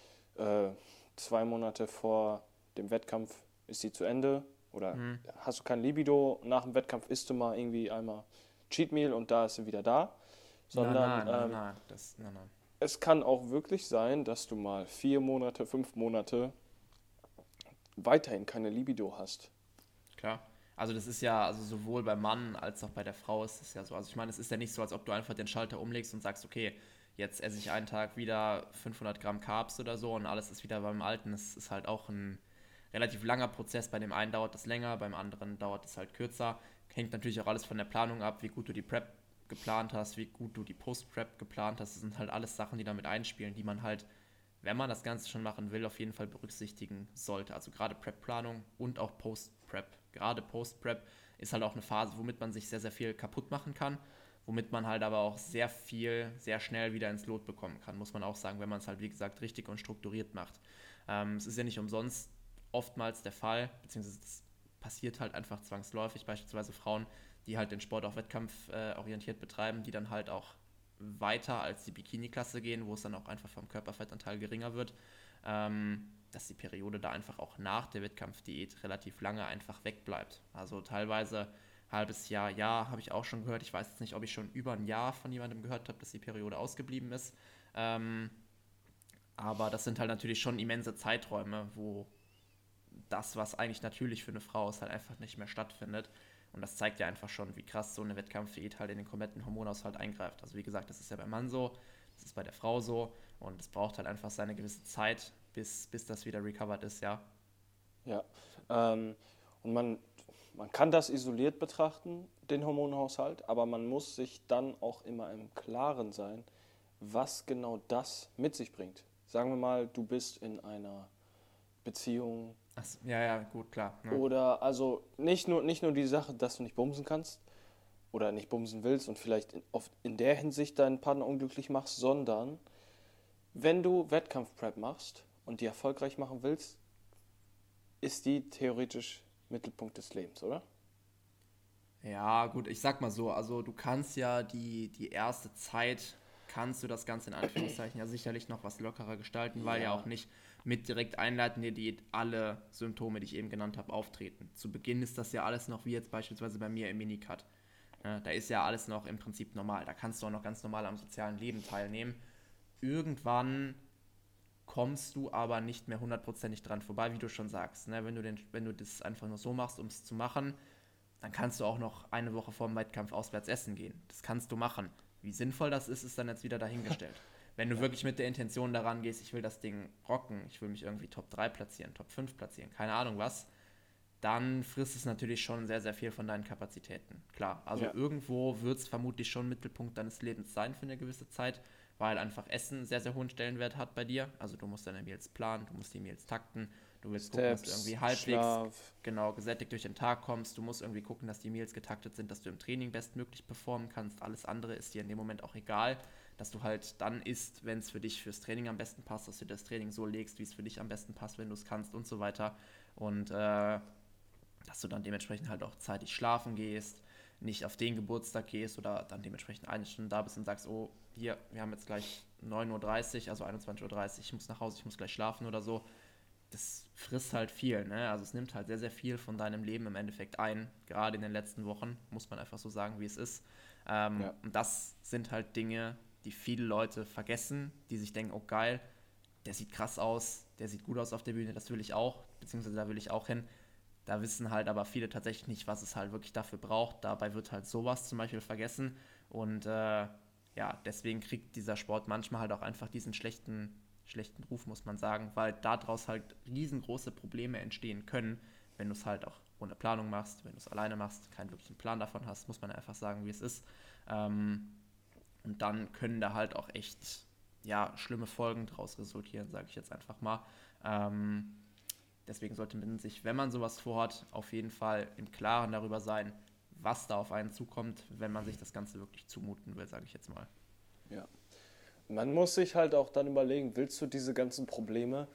2 Monate vor dem Wettkampf ist sie zu Ende oder hast du kein Libido, nach dem Wettkampf isst du mal irgendwie einmal Cheat Meal und da ist sie wieder da. Sondern Nein. es kann auch wirklich sein, dass du mal 4 Monate, 5 Monate weiterhin keine Libido hast. Klar. Also das ist ja, also sowohl beim Mann als auch bei der Frau ist es ja so. Also ich meine, es ist ja nicht so, als ob du einfach den Schalter umlegst und sagst, okay, jetzt esse ich einen Tag wieder 500 Gramm Carbs oder so und alles ist wieder beim Alten. Es ist halt auch ein relativ langer Prozess. Bei dem einen dauert das länger, beim anderen dauert es halt kürzer. Hängt natürlich auch alles von der Planung ab, wie gut du die Prep geplant hast, wie gut du die Post-Prep geplant hast. Das sind halt alles Sachen, die damit einspielen, die man halt, wenn man das Ganze schon machen will, auf jeden Fall berücksichtigen sollte. Also gerade Prep-Planung und auch Post-Prep. Gerade Post-Prep ist halt auch eine Phase, womit man sich sehr, sehr viel kaputt machen kann, womit man halt aber auch sehr viel, sehr schnell wieder ins Lot bekommen kann, muss man auch sagen, wenn man es halt, wie gesagt, richtig und strukturiert macht. Es ist ja nicht umsonst oftmals der Fall, beziehungsweise es passiert halt einfach zwangsläufig, beispielsweise Frauen, die halt den Sport auch wettkampforientiert betreiben, die dann halt auch weiter als die Bikini-Klasse gehen, wo es dann auch einfach vom Körperfettanteil geringer wird, dass die Periode da einfach auch nach der Wettkampfdiät relativ lange einfach wegbleibt. Also teilweise halbes Jahr, habe ich auch schon gehört. Ich weiß jetzt nicht, ob ich schon über ein Jahr von jemandem gehört habe, dass die Periode ausgeblieben ist. Aber das sind halt natürlich schon immense Zeiträume, wo das, was eigentlich natürlich für eine Frau ist, halt einfach nicht mehr stattfindet. Und das zeigt ja einfach schon, wie krass so eine Wettkampfdiät halt in den kompletten Hormonhaushalt eingreift. Also wie gesagt, das ist ja beim Mann so, das ist bei der Frau so und es braucht halt einfach seine gewisse Zeit, bis das wieder recovered ist, ja. Ja. Und man kann das isoliert betrachten, den Hormonhaushalt, aber man muss sich dann auch immer im Klaren sein, was genau das mit sich bringt. Sagen wir mal, du bist in einer Beziehung. Ja, gut, klar. Ne? Oder also nicht nur die Sache, dass du nicht bumsen kannst oder nicht bumsen willst und vielleicht in der Hinsicht deinen Partner unglücklich machst, sondern wenn du Wettkampfprep machst und die erfolgreich machen willst, ist die theoretisch Mittelpunkt des Lebens, oder? Ja, gut, ich sag mal so, also du kannst ja die erste Zeit, kannst du das Ganze in Anführungszeichen ja sicherlich noch was lockerer gestalten, weil ja auch nicht mit direkt einleitender Diät alle Symptome, die ich eben genannt habe, auftreten. Zu Beginn ist das ja alles noch wie jetzt beispielsweise bei mir im Minicut. Ja, da ist ja alles noch im Prinzip normal. Da kannst du auch noch ganz normal am sozialen Leben teilnehmen. Irgendwann kommst du aber nicht mehr hundertprozentig dran vorbei, wie du schon sagst. Ne? Wenn du das einfach nur so machst, um es zu machen, dann kannst du auch noch eine Woche vor dem Wettkampf auswärts essen gehen. Das kannst du machen. Wie sinnvoll das ist dann jetzt wieder dahingestellt. Wenn du wirklich mit der Intention daran gehst, ich will das Ding rocken, ich will mich irgendwie Top 3 platzieren, Top 5 platzieren, keine Ahnung was, dann frisst es natürlich schon sehr, sehr viel von deinen Kapazitäten. Klar, also irgendwo wird es vermutlich schon Mittelpunkt deines Lebens sein für eine gewisse Zeit, weil einfach Essen sehr, sehr hohen Stellenwert hat bei dir. Also du musst deine Meals planen, du musst die Meals takten, Du willst gucken, dass du Steps, irgendwie halbwegs Schlaf. genau gesättigt durch den Tag kommst. Du musst irgendwie gucken, dass die Meals getaktet sind, dass du im Training bestmöglich performen kannst. Alles andere ist dir in dem Moment auch egal, dass du halt dann isst, wenn es für dich fürs Training am besten passt, dass du das Training so legst, wie es für dich am besten passt, wenn du es kannst und so weiter. Und dass du dann dementsprechend halt auch zeitig schlafen gehst, nicht auf den Geburtstag gehst oder dann dementsprechend eine Stunde da bist und sagst, oh, hier, wir haben jetzt gleich 9:30 Uhr, also 21:30 Uhr, ich muss nach Hause, ich muss gleich schlafen oder so. Das frisst halt viel, ne? Also es nimmt halt sehr, sehr viel von deinem Leben im Endeffekt ein, gerade in den letzten Wochen, muss man einfach so sagen, wie es ist. Ja. Und das sind halt Dinge, die viele Leute vergessen, die sich denken, oh geil, der sieht krass aus, der sieht gut aus auf der Bühne, das will ich auch, beziehungsweise da will ich auch hin. Da wissen halt aber viele tatsächlich nicht, was es halt wirklich dafür braucht. Dabei wird halt sowas zum Beispiel vergessen. Und ja, deswegen kriegt dieser Sport manchmal halt auch einfach diesen schlechten Ruf, muss man sagen, weil daraus halt riesengroße Probleme entstehen können, wenn du es halt auch ohne Planung machst, wenn du es alleine machst, keinen wirklichen Plan davon hast, muss man einfach sagen, wie es ist. Und dann können da halt auch echt, ja, schlimme Folgen daraus resultieren, sage ich jetzt einfach mal. Deswegen sollte man sich, wenn man sowas vorhat, auf jeden Fall im Klaren darüber sein, was da auf einen zukommt, wenn man sich das Ganze wirklich zumuten will, sage ich jetzt mal. Ja. Man muss sich halt auch dann überlegen, willst du diese ganzen Probleme,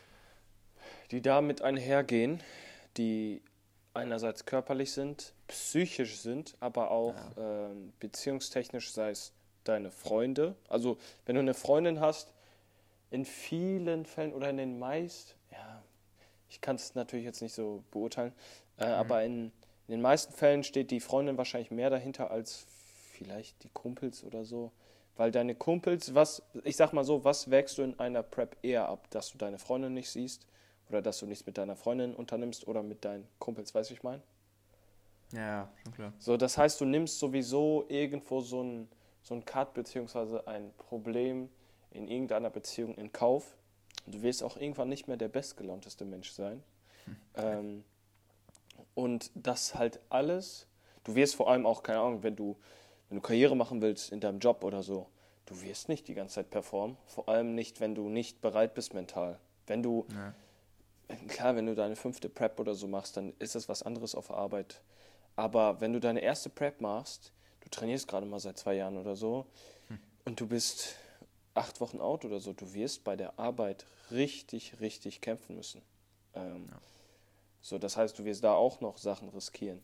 die damit einhergehen, die einerseits körperlich sind, psychisch sind, aber auch Ja. beziehungstechnisch, sei es deine Freunde. Also wenn du eine Freundin hast, in vielen Fällen oder in den ja, ich kann es natürlich jetzt nicht so beurteilen, aber in den meisten Fällen steht die Freundin wahrscheinlich mehr dahinter als vielleicht die Kumpels oder so. Weil deine Kumpels, ich sag mal so, was wägst du in einer Prep eher ab? Dass du deine Freundin nicht siehst oder dass du nichts mit deiner Freundin unternimmst oder mit deinen Kumpels, weißt du, ich meine? Ja, schon klar. So, das heißt, du nimmst sowieso irgendwo so ein Cut beziehungsweise ein Problem in irgendeiner Beziehung in Kauf. Und du wirst auch irgendwann nicht mehr der bestgelaunteste Mensch sein. Ähm, und das halt alles, du wirst vor allem auch, keine Ahnung, wenn du Karriere machen willst in deinem Job oder so, du wirst nicht die ganze Zeit performen. Vor allem nicht, wenn du nicht bereit bist mental. Ja. Klar, wenn du deine 5. Prep oder so machst, dann ist das was anderes auf Arbeit. Aber wenn du deine erste Prep machst, du trainierst gerade mal seit 2 Jahren oder so und du bist 8 Wochen out oder so, du wirst bei der Arbeit richtig, richtig kämpfen müssen. Ja. So, das heißt, du wirst da auch noch Sachen riskieren.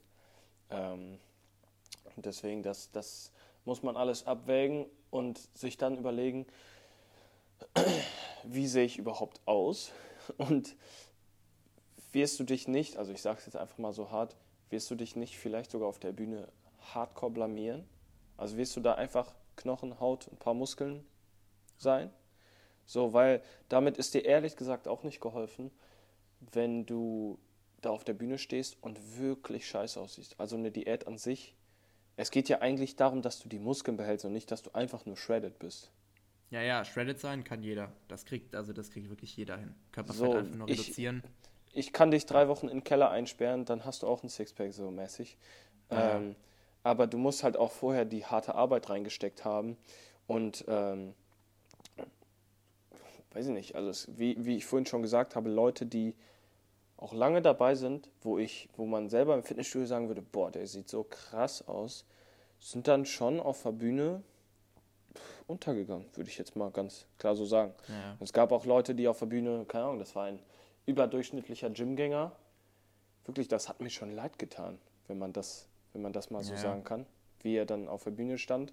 Und deswegen, das muss man alles abwägen und sich dann überlegen, wie sehe ich überhaupt aus? Und wirst du dich nicht, also ich sage es jetzt einfach mal so hart, wirst du dich nicht vielleicht sogar auf der Bühne hardcore blamieren? Also wirst du da einfach Knochen, Haut, ein paar Muskeln sein? So, weil damit ist dir ehrlich gesagt auch nicht geholfen, wenn du da auf der Bühne stehst und wirklich scheiße aussiehst. Also eine Diät an sich, es geht ja eigentlich darum, dass du die Muskeln behältst und nicht, dass du einfach nur shredded bist. Ja, ja, shredded sein kann jeder. Das kriegt wirklich jeder hin. Körperfett So, einfach nur ich, reduzieren. ich kann dich Ja, 3 Wochen in den Keller einsperren, dann hast du auch ein Sixpack so mäßig. ja, ja. Ähm, aber du musst halt auch vorher die harte Arbeit reingesteckt haben und weiß ich nicht, also wie ich vorhin schon gesagt habe, Leute, die auch lange dabei sind, wo man selber im Fitnessstudio sagen würde, boah, der sieht so krass aus, sind dann schon auf der Bühne untergegangen, würde ich jetzt mal ganz klar so sagen. Ja, Es gab auch Leute, die auf der Bühne, keine Ahnung, das war ein überdurchschnittlicher Gymgänger. Wirklich, das hat mir schon leid getan, wenn man das mal so ja, ja. sagen kann, wie er dann auf der Bühne stand.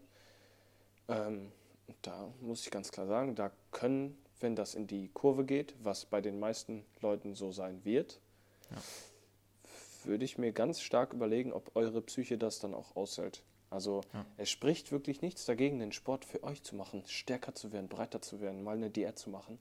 Da muss ich ganz klar sagen, da können, wenn das in die Kurve geht, was bei den meisten Leuten so sein wird, Ja. würde ich mir ganz stark überlegen, ob eure Psyche das dann auch aushält. Also Ja. es spricht wirklich nichts dagegen, den Sport für euch zu machen, stärker zu werden, breiter zu werden, mal eine Diät zu machen.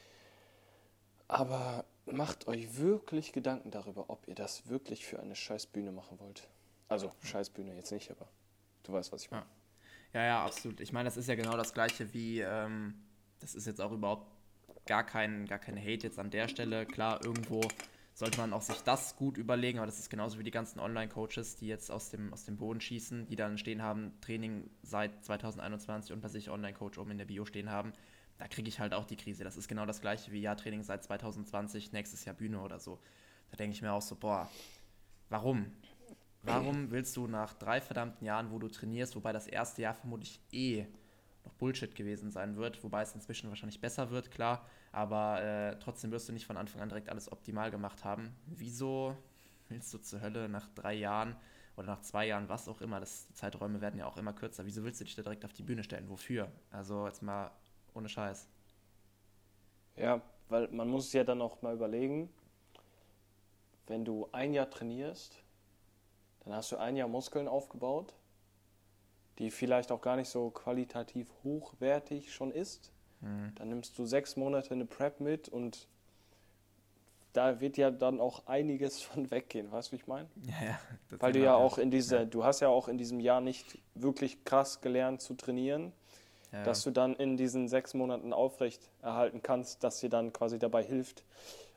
Aber macht euch wirklich Gedanken darüber, ob ihr das wirklich für eine Scheißbühne machen wollt. Also Scheißbühne jetzt nicht, aber du weißt, was ich meine. Ja. Ja, ja, absolut. Ich meine, das ist ja genau das Gleiche wie, das ist jetzt auch überhaupt gar kein Hate jetzt an der Stelle. Klar, irgendwo sollte man auch sich das gut überlegen, aber das ist genauso wie die ganzen Online-Coaches, die jetzt aus dem Boden schießen, die dann stehen haben, Training seit 2021 und bei sich Online-Coach oben in der Bio stehen haben. da kriege ich halt auch die Krise. Das ist genau das gleiche wie Training seit 2020, nächstes Jahr Bühne oder so. Da denke ich mir auch so, boah, warum? Warum willst du nach 3 verdammten Jahren, wo du trainierst, wobei das erste Jahr vermutlich noch Bullshit gewesen sein wird, wobei es inzwischen wahrscheinlich besser wird, klar, aber trotzdem wirst du nicht von Anfang an direkt alles optimal gemacht haben. Wieso willst du zur Hölle nach 3 Jahren oder nach 2 Jahren, was auch immer, die Zeiträume werden ja auch immer kürzer, wieso willst du dich da direkt auf die Bühne stellen? Wofür? Also jetzt mal ohne Scheiß. Ja, weil man muss es ja dann auch mal überlegen, wenn du ein Jahr trainierst, dann hast du ein Jahr Muskeln aufgebaut, die vielleicht auch gar nicht so qualitativ hochwertig schon ist. Dann nimmst du 6 Monate eine Prep mit und da wird ja dann auch einiges von weggehen, weißt du, wie ich meine? Ja, Weil du ja auch du hast ja auch in diesem Jahr nicht wirklich krass gelernt zu trainieren, dass du dann in diesen 6 Monaten aufrecht erhalten kannst, dass dir dann quasi dabei hilft,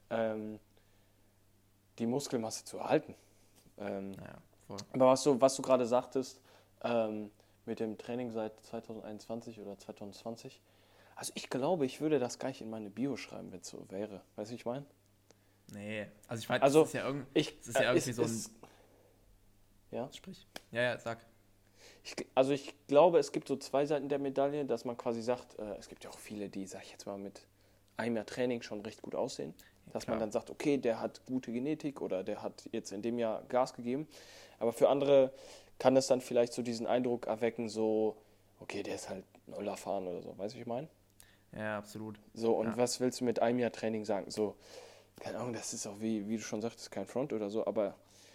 die Muskelmasse zu erhalten. Voll. Aber was du gerade sagtest, mit dem Training seit 2021 oder 2020, also ich glaube, ich würde das gar nicht in meine Bio schreiben, wenn es so wäre. Weißt du, wie ich meine? Nee, also ich meine, Also es ist ja irgendwie so ein... Ja? Sprich. Ja, sag. Ich glaube, es gibt so 2 Seiten der Medaille, dass man quasi sagt, es gibt ja auch viele, die, sag ich jetzt mal, mit einem Jahr Training schon recht gut aussehen. Dass man dann sagt, okay, der hat gute Genetik oder der hat jetzt in dem Jahr Gas gegeben. Aber für andere kann es dann vielleicht so diesen Eindruck erwecken, so, okay, der ist halt null erfahren oder so. Weißt du, wie ich meine? Ja, absolut. So, und was willst du mit einem Jahr Training sagen? So, keine Ahnung, das ist auch, wie du schon sagtest, kein Front oder so, aber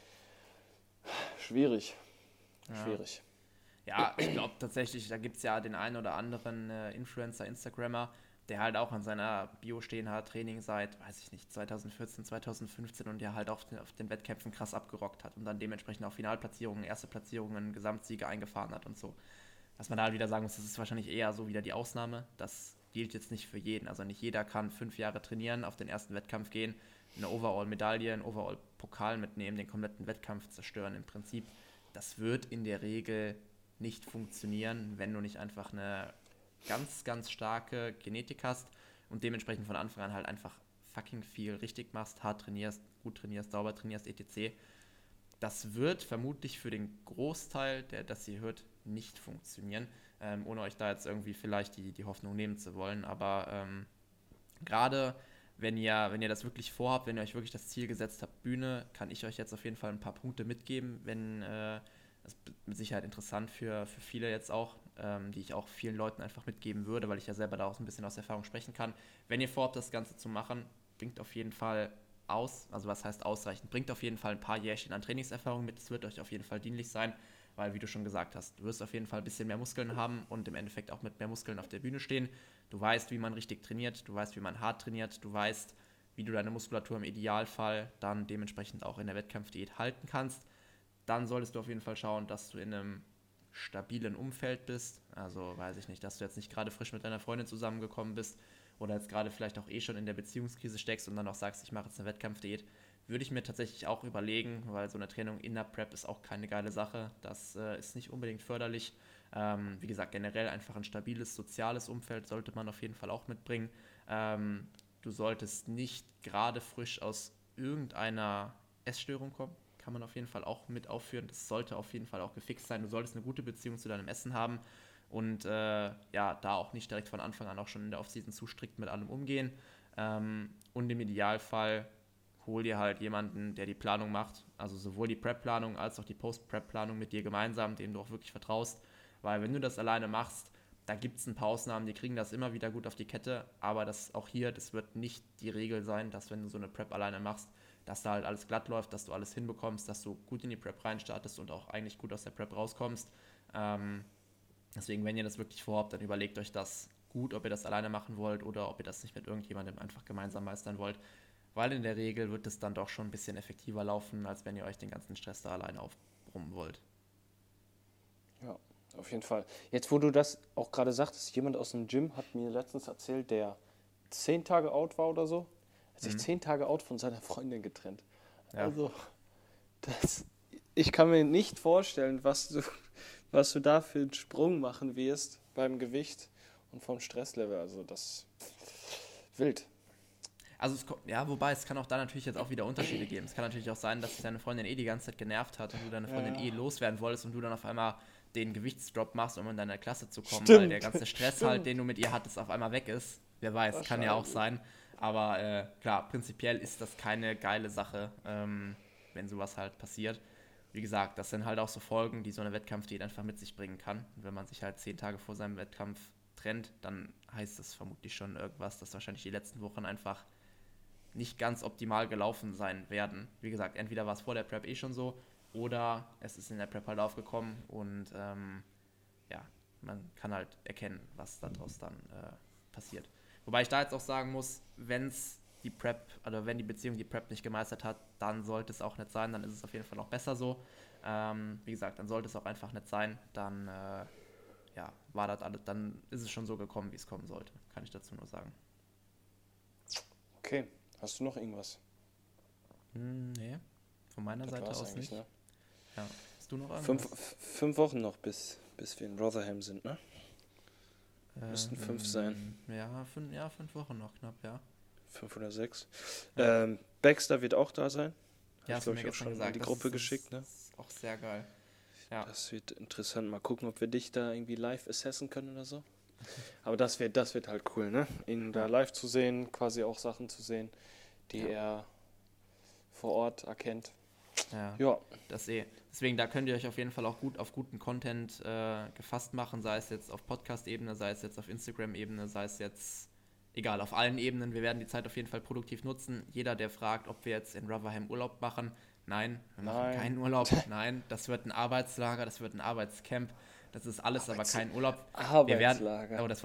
schwierig. Schwierig. Ja, ich glaube tatsächlich, da gibt es ja den einen oder anderen Influencer, Instagrammer, der halt auch an seiner Bio stehen hat, Training seit, weiß ich nicht, 2014, 2015 und der halt auf den Wettkämpfen krass abgerockt hat und dann dementsprechend auch Finalplatzierungen, erste Platzierungen, Gesamtsiege eingefahren hat und so. Dass man da halt wieder sagen muss, das ist wahrscheinlich eher so wieder die Ausnahme. Das gilt jetzt nicht für jeden. Also nicht jeder kann 5 Jahre trainieren, auf den ersten Wettkampf gehen, eine Overall-Medaille, einen Overall-Pokal mitnehmen, den kompletten Wettkampf zerstören im Prinzip. Das wird in der Regel nicht funktionieren, wenn du nicht einfach eine ganz, ganz starke Genetik hast und dementsprechend von Anfang an halt einfach fucking viel richtig machst, hart trainierst, gut trainierst, sauber trainierst, etc. Das wird vermutlich für den Großteil, der das hier hört, nicht funktionieren, ohne euch da jetzt irgendwie vielleicht die Hoffnung nehmen zu wollen. Aber gerade wenn ihr das wirklich vorhabt, wenn ihr euch wirklich das Ziel gesetzt habt, Bühne, kann ich euch jetzt auf jeden Fall ein paar Punkte mitgeben, wenn das ist mit Sicherheit interessant für viele jetzt auch, die ich auch vielen Leuten einfach mitgeben würde, weil ich ja selber da auch so ein bisschen aus Erfahrung sprechen kann. Wenn ihr vorhabt, das Ganze zu machen, bringt auf jeden Fall also was heißt ausreichend, bringt auf jeden Fall ein paar Jährchen an Trainingserfahrung mit, es wird euch auf jeden Fall dienlich sein, weil, wie du schon gesagt hast, du wirst auf jeden Fall ein bisschen mehr Muskeln haben und im Endeffekt auch mit mehr Muskeln auf der Bühne stehen. Du weißt, wie man richtig trainiert, du weißt, wie man hart trainiert, du weißt, wie du deine Muskulatur im Idealfall dann dementsprechend auch in der Wettkampfdiät halten kannst. Dann solltest du auf jeden Fall schauen, dass du in einem stabilen Umfeld bist. Also weiß ich nicht, dass du jetzt nicht gerade frisch mit deiner Freundin zusammengekommen bist oder jetzt gerade vielleicht auch schon in der Beziehungskrise steckst und dann auch sagst, ich mache jetzt eine Wettkampfdiät. Würde ich mir tatsächlich auch überlegen, weil so eine Training in der Prep ist auch keine geile Sache. Das ist nicht unbedingt förderlich. Wie gesagt, generell einfach ein stabiles soziales Umfeld sollte man auf jeden Fall auch mitbringen. Du solltest nicht gerade frisch aus irgendeiner Essstörung kommen. Kann man auf jeden Fall auch mit aufführen. Das sollte auf jeden Fall auch gefixt sein. Du solltest eine gute Beziehung zu deinem Essen haben und da auch nicht direkt von Anfang an auch schon in der Offseason zu strikt mit allem umgehen. Und im Idealfall hol dir halt jemanden, der die Planung macht, also sowohl die Prep-Planung als auch die Post-Prep-Planung mit dir gemeinsam, dem du auch wirklich vertraust, weil wenn du das alleine machst, da gibt es ein paar Ausnahmen, die kriegen das immer wieder gut auf die Kette, aber das wird nicht die Regel sein, dass wenn du so eine Prep alleine machst, dass da halt alles glatt läuft, dass du alles hinbekommst, dass du gut in die Prep reinstartest und auch eigentlich gut aus der Prep rauskommst. Deswegen, wenn ihr das wirklich vorhabt, dann überlegt euch das gut, ob ihr das alleine machen wollt oder ob ihr das nicht mit irgendjemandem einfach gemeinsam meistern wollt, weil in der Regel wird es dann doch schon ein bisschen effektiver laufen, als wenn ihr euch den ganzen Stress da alleine aufbrummen wollt. Ja, auf jeden Fall. Jetzt, wo du das auch gerade sagtest, jemand aus dem Gym hat mir letztens erzählt, der 10 Tage out war oder so, hat sich 10 Tage out von seiner Freundin getrennt. Ja. Also, ich kann mir nicht vorstellen, was du da für einen Sprung machen wirst beim Gewicht und vom Stresslevel. Also das wild. Also wobei es kann auch da natürlich jetzt auch wieder Unterschiede geben. Es kann natürlich auch sein, dass sich deine Freundin die ganze Zeit genervt hat und du deine Freundin loswerden wolltest und du dann auf einmal den Gewichtsdrop machst, um in deine Klasse zu kommen, weil der ganze Stress halt, den du mit ihr hattest, auf einmal weg ist. Wer weiß, kann ja auch sein. Aber klar, prinzipiell ist das keine geile Sache, wenn sowas halt passiert. Wie gesagt, das sind halt auch so Folgen, die so eine Wettkampfdiät einfach mit sich bringen kann. Und wenn man sich halt 10 Tage vor seinem Wettkampf trennt, dann heißt das vermutlich schon irgendwas, dass wahrscheinlich die letzten Wochen einfach nicht ganz optimal gelaufen sein werden. Wie gesagt, entweder war es vor der Prep schon so oder es ist in der Prep halt aufgekommen und man kann halt erkennen, was daraus dann passiert. Wobei ich da jetzt auch sagen muss, wenn die Beziehung die Prep nicht gemeistert hat, dann sollte es auch nicht sein, dann ist es auf jeden Fall auch besser so. Wie gesagt, dann sollte es auch einfach nicht sein, dann war das alles, dann ist es schon so gekommen, wie es kommen sollte, kann ich dazu nur sagen. Okay, hast du noch irgendwas? Nee, von meiner Seite aus nicht. Ne? Ja. Hast du noch irgendwas? 5 Wochen noch, bis wir in Rotherham sind, ne? Müssten 5 sein. Ja, 5 Wochen noch knapp, ja. 5 oder 6. Ja. Baxter wird auch da sein. Ja, hast du mir auch schon gesagt. in die Gruppe geschickt, ne? Das ist auch sehr geil. Ja. Das wird interessant. Mal gucken, ob wir dich da irgendwie live assessen können oder so. Aber das wird halt cool, ne? Ihn da live zu sehen, quasi auch Sachen zu sehen, die er vor Ort erkennt. Ja. Das deswegen, da könnt ihr euch auf jeden Fall auch gut auf guten Content gefasst machen, sei es jetzt auf Podcast-Ebene, sei es jetzt auf Instagram-Ebene, sei es jetzt, egal, auf allen Ebenen. Wir werden die Zeit auf jeden Fall produktiv nutzen. Jeder, der fragt, ob wir jetzt in Rotherham Urlaub machen, nein, wir machen keinen Urlaub. Nein, das wird ein Arbeitslager, das wird ein Arbeitscamp. Das ist alles, aber kein Urlaub. Arbeitslager. Das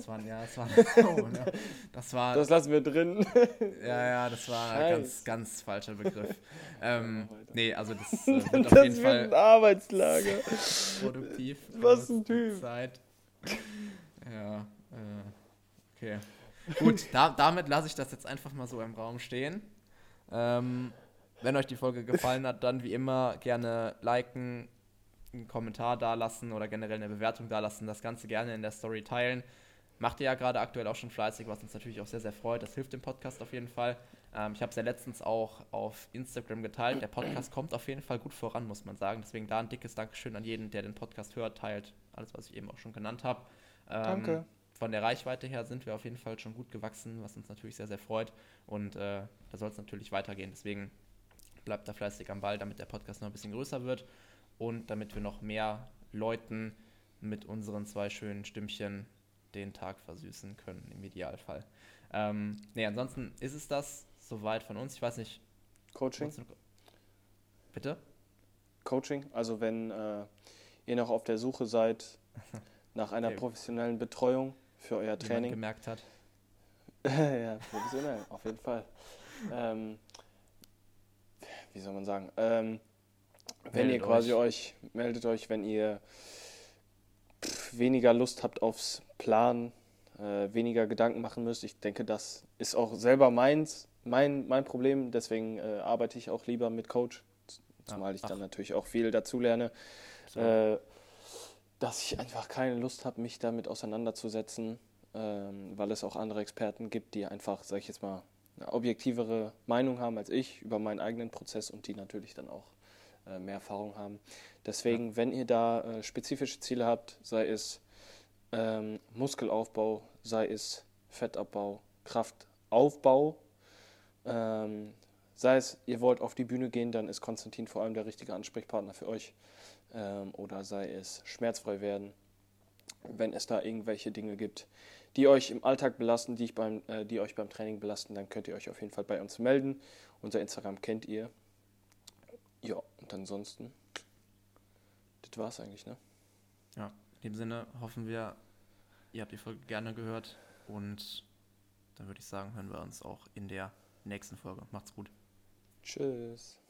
war das lassen wir drin. Ja, das war ein ganz, ganz falscher Begriff. Nee, also das wird das auf jeden Fall ein Arbeitslager. Produktiv. Was ein Typ. Zeit. Ja, okay. Gut, damit lasse ich das jetzt einfach mal so im Raum stehen. Wenn euch die Folge gefallen hat, dann wie immer gerne liken, einen Kommentar dalassen oder generell eine Bewertung dalassen, das Ganze gerne in der Story teilen. Macht ihr ja gerade aktuell auch schon fleißig, was uns natürlich auch sehr, sehr freut. Das hilft dem Podcast auf jeden Fall. Ich habe es ja letztens auch auf Instagram geteilt. Der Podcast kommt auf jeden Fall gut voran, muss man sagen. Deswegen da ein dickes Dankeschön an jeden, der den Podcast hört, teilt. Alles, was ich eben auch schon genannt habe. Danke. Von der Reichweite her sind wir auf jeden Fall schon gut gewachsen, was uns natürlich sehr, sehr freut. Und da soll es natürlich weitergehen. Deswegen bleibt da fleißig am Ball, damit der Podcast noch ein bisschen größer wird. Und damit wir noch mehr Leuten mit unseren 2 schönen Stimmchen den Tag versüßen können, im Idealfall. Ansonsten ist es das soweit von uns. Ich weiß nicht. Coaching? Bitte? Coaching, also wenn ihr noch auf der Suche seid nach einer professionellen Betreuung für euer Training. Wie man gemerkt hat. Ja, professionell, auf jeden Fall. Wie soll man sagen? Wenn ihr quasi meldet euch, wenn ihr weniger Lust habt aufs Planen, weniger Gedanken machen müsst. Ich denke, das ist auch selber mein Problem. Deswegen arbeite ich auch lieber mit Coach, zumal ich dann natürlich auch viel dazulerne, dass ich einfach keine Lust habe, mich damit auseinanderzusetzen, weil es auch andere Experten gibt, die einfach, sag ich jetzt mal, eine objektivere Meinung haben als ich über meinen eigenen Prozess und die natürlich dann auch mehr Erfahrung haben. Deswegen, wenn ihr da spezifische Ziele habt, sei es Muskelaufbau, sei es Fettabbau, Kraftaufbau, sei es, ihr wollt auf die Bühne gehen, dann ist Konstantin vor allem der richtige Ansprechpartner für euch. Oder sei es schmerzfrei werden, wenn es da irgendwelche Dinge gibt, die euch im Alltag belasten, die euch beim Training belasten, dann könnt ihr euch auf jeden Fall bei uns melden. Unser Instagram kennt ihr. Ja, und ansonsten, das war's eigentlich, ne? Ja, in dem Sinne hoffen wir, ihr habt die Folge gerne gehört und dann würde ich sagen, hören wir uns auch in der nächsten Folge. Macht's gut. Tschüss.